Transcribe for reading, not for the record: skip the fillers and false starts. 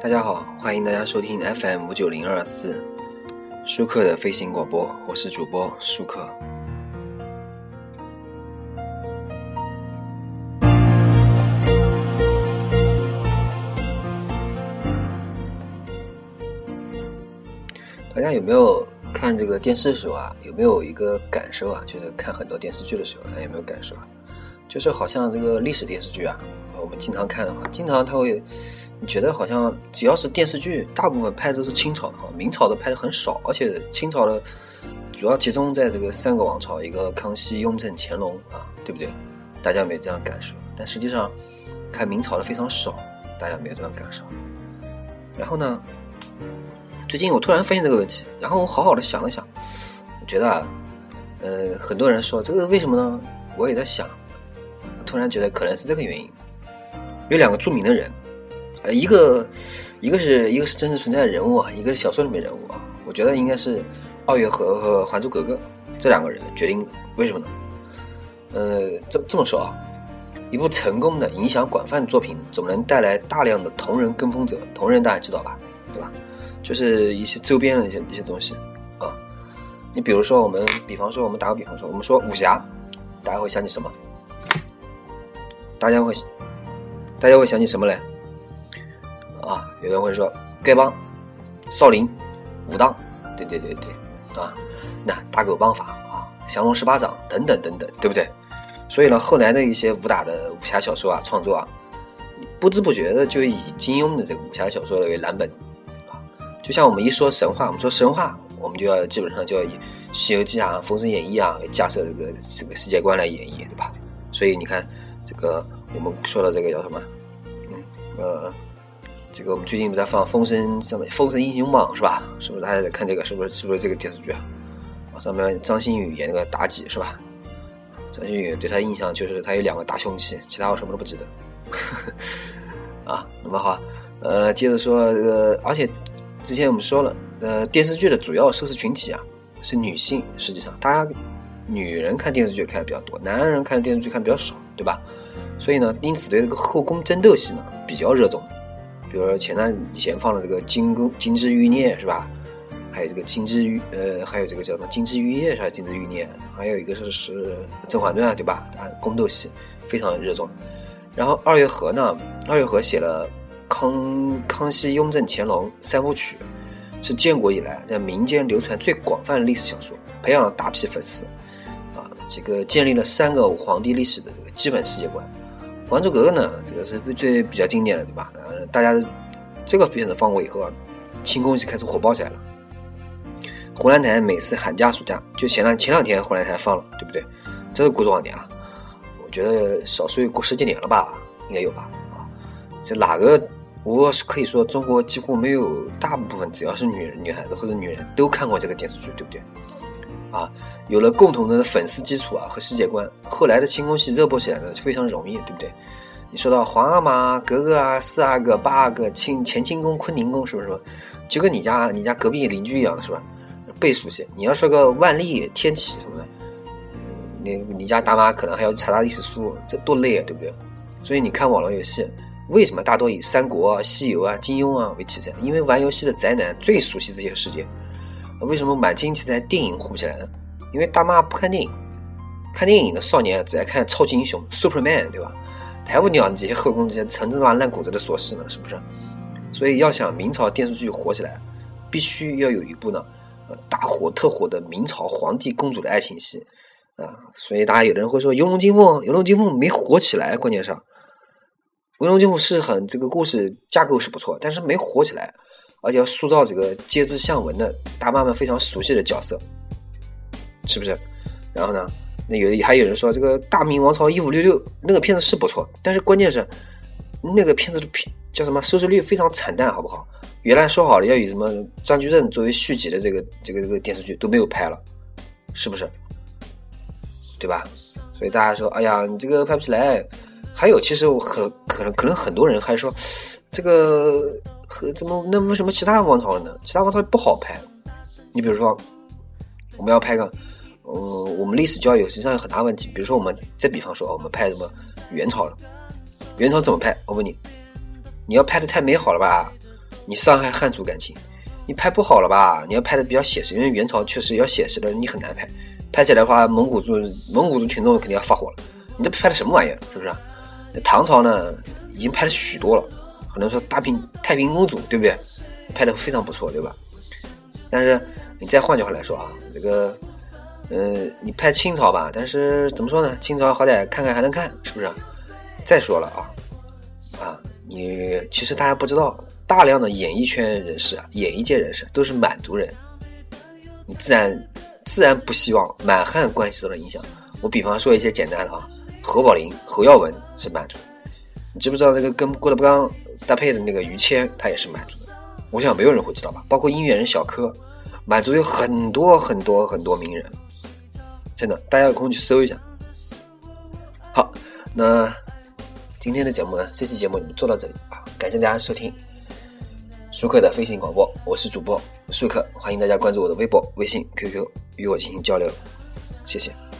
大家好，欢迎大家收听 FM59024 舒克的飞行广播，我是主播舒克。大家有没有看这个电视的时候啊，有没有一个感受啊，就是看很多电视剧的时候，大家有没有感受啊？就是好像这个历史电视剧啊，我们经常看的话，经常它会你觉得好像只要是电视剧，大部分拍的都是清朝的，明朝的拍的很少，而且清朝的主要集中在这个三个王朝，一个康熙、雍正、乾隆啊，对不对？大家有没有这样感受？但实际上看明朝的非常少，大家有没有这样感受？然后呢，最近我突然发现这个问题，然后我好好的想了想，我觉得啊，很多人说这个为什么呢？我也在想，我突然觉得可能是这个原因，有两个著名的人。一个是真实存在的人物啊，一个是小说里面人物啊。我觉得应该是二月河和还珠格格这两个人决定的。为什么呢？这么说啊，一部成功的影响广泛的作品总能带来大量的同人跟风者。同人大家知道吧，对吧？就是一些周边的一些东西啊。你比如说我们打个比方说，我们说武侠，大家会想起什么？大家会想起什么嘞？啊，有人会说丐帮、少林、武当，对啊，那大狗帮法啊、降龙18掌等等，对不对？所以呢，后来的一些武打的武侠小说啊，创作啊，不知不觉的就以金庸的这个武侠小说为蓝本啊。就像我们一说神话，我们说神话，我们基本上就要以《西游记》啊、《封神演义》啊为架设这个世界观来演绎，对吧？所以你看，这个我们说的这个叫什么？这个我们最近不在放封神英雄榜是吧？是不是大家在看这个？是不是这个电视剧啊？上面张馨予演那个妲己是吧？张馨予对他印象就是他有2个大凶器，其他我什么都不记得。啊，那么好，接着说而且之前我们说了，电视剧的主要收视群体啊是女性，实际上大家女人看电视剧看的比较多，男人看电视剧看的比较少，对吧？所以呢，因此对这个后宫争斗戏呢比较热衷。比如说以前放的这个金枝玉孽是吧？还有这个还有这个叫什么金枝玉叶还是金枝玉孽？还有一个是甄嬛传对吧？宫斗戏非常热衷。然后二月河写了康熙、雍正、乾隆3部曲，是建国以来在民间流传最广泛的历史小说，培养了大批粉丝啊，这个建立了3个皇帝历史的这个基本世界观。还珠格格呢，这个是比较经典的，对吧？大家这个片子放过以后啊，清宫戏开始火爆起来了。湖南台每次寒假暑假，就前两天湖南台放了，对不对？这是过多少年了？我觉得少说过10几年了吧，应该有吧？啊，这哪个？我可以说中国几乎没有，大部分只要是女孩子或者女人都看过这个电视剧，对不对？啊，有了共同的粉丝基础啊和世界观，后来的清宫戏热播起来呢就非常容易，对不对？你说到皇阿玛、格格啊、4阿哥、8阿哥、乾清宫、坤宁宫，是不是？就跟你家隔壁邻居一样的，是吧？倍熟悉。你要说个万历、天启什么的，你家大妈可能还要查历史书，这多累啊，对不对？所以你看网络游戏，为什么大多以三国啊、西游啊、金庸啊为题材？因为玩游戏的宅男最熟悉这些世界。为什么满清题材电影火不起来呢？因为大妈不看电影，看电影的少年只爱看超级英雄 Superman， 对吧？才不鸟你这些后宫这些陈芝麻烂谷子的琐事呢，是不是？所以要想明朝电视剧火起来，必须要有一部呢大火特火的明朝皇帝公主的爱情戏啊。所以大家有的人会说《游龙金凤》没火起来，关键是《游龙金凤》是这个故事架构是不错，但是没火起来，而且要塑造这个接枝相闻的大妈们非常熟悉的角色，是不是？然后呢，还有人说这个《大明王朝1566》那个片子是不错，但是关键是那个片子的叫什么收视率非常惨淡，好不好？原来说好了要以什么张居正作为续集的这个电视剧都没有拍了，是不是？对吧？所以大家说，哎呀，你这个拍不起来。还有，其实我可能很多人还说，这个那为什么其他王朝呢？其他王朝不好拍。你比如说，我们要拍个，我们历史教育实际上有很大问题。比如说，我们再比方说，我们拍什么元朝了，元朝怎么拍？我问你，你要拍的太美好了吧？ 你伤害汉族感情，你拍不好了吧？你要拍的比较写实，因为元朝确实要写实的你很难拍，拍起来的话蒙古族群众肯定要发火了，你这拍的什么玩意儿，是不是？唐朝呢已经拍了许多了，可能说太平公主，对不对？拍的非常不错，对吧？但是你再换句话来说啊，这个你拍清朝吧，但是怎么说呢？清朝好歹看看还能看，是不是？再说了你其实大家不知道，大量的演艺圈人士演艺界人士都是满族人，你自然不希望满汉关系受到影响。我比方说一些简单的侯宝林、侯耀文是满族，你知不知道那个跟郭德纲搭配的那个于谦，他也是满族的？我想没有人会知道吧？包括音乐人小柯，满族有很多很多很多名人，真的，大家有空去搜一下。好，那今天的节目呢，这期节目就做到这里感谢大家收听舒克的飞行广播，我是主播舒克，欢迎大家关注我的微博、微信、QQ 与我进行交流，谢谢。